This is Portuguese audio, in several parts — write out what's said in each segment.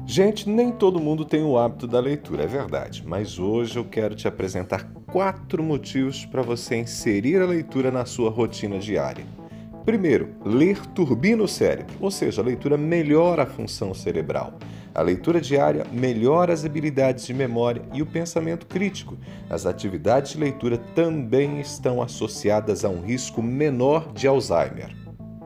Gente, nem todo mundo tem o hábito da leitura, é verdade, mas hoje eu quero te apresentar 4 motivos para você inserir a leitura na sua rotina diária. Primeiro, ler turbina o cérebro, ou seja, a leitura melhora a função cerebral. A leitura diária melhora as habilidades de memória e o pensamento crítico. As atividades de leitura também estão associadas a um risco menor de Alzheimer.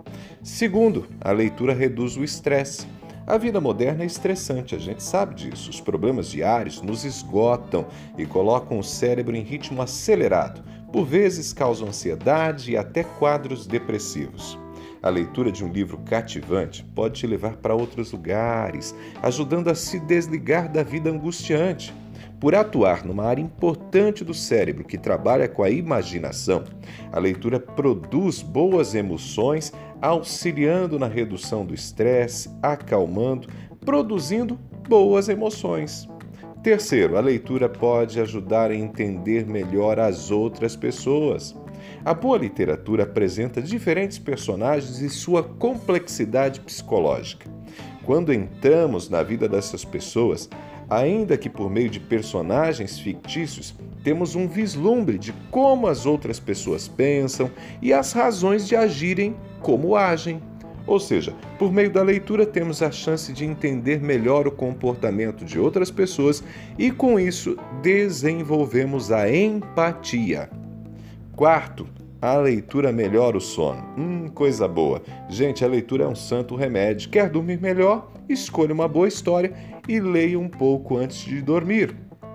Segundo, a leitura reduz o estresse. A vida moderna é estressante, a gente sabe disso. Os problemas diários nos esgotam e colocam o cérebro em ritmo acelerado. Por vezes causam ansiedade e até quadros depressivos. A leitura de um livro cativante pode te levar para outros lugares, ajudando a se desligar da vida angustiante. Por atuar numa área importante do cérebro que trabalha com a imaginação, a leitura produz boas emoções, auxiliando na redução do estresse, acalmando, produzindo boas emoções. Terceiro, a leitura pode ajudar a entender melhor as outras pessoas. A boa literatura apresenta diferentes personagens e sua complexidade psicológica. Quando entramos na vida dessas pessoas, ainda que por meio de personagens fictícios, temos um vislumbre de como as outras pessoas pensam e as razões de agirem como agem. Ou seja, por meio da leitura temos a chance de entender melhor o comportamento de outras pessoas e, com isso, desenvolvemos a empatia. Quarto, a leitura melhora o sono. Coisa boa. Gente, a leitura é um santo remédio. Quer dormir melhor? Escolha uma boa história e leia um pouco antes de dormir.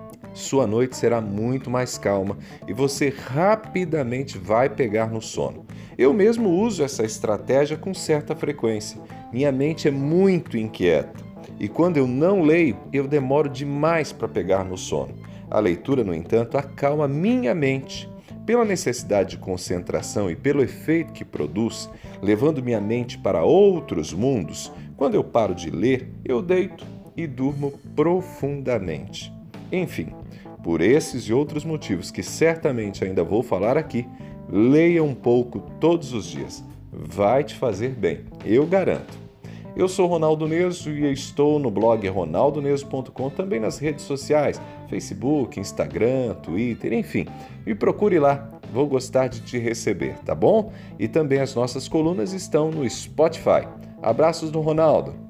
Sua noite será muito mais calma e você rapidamente vai pegar no sono. Eu mesmo uso essa estratégia com certa frequência. Minha mente é muito inquieta e quando eu não leio, eu demoro demais para pegar no sono. A leitura, no entanto, acalma minha mente. Pela necessidade de concentração e pelo efeito que produz, levando minha mente para outros mundos, quando eu paro de ler, eu deito e durmo profundamente. Enfim, por esses e outros motivos que certamente ainda vou falar aqui, leia um pouco todos os dias. Vai te fazer bem, eu garanto. Eu sou Ronaldo Neso e estou no blog ronaldoneso.com, também nas redes sociais, Facebook, Instagram, Twitter, enfim. Me procure lá, vou gostar de te receber, tá bom? E também as nossas colunas estão no Spotify. Abraços do Ronaldo!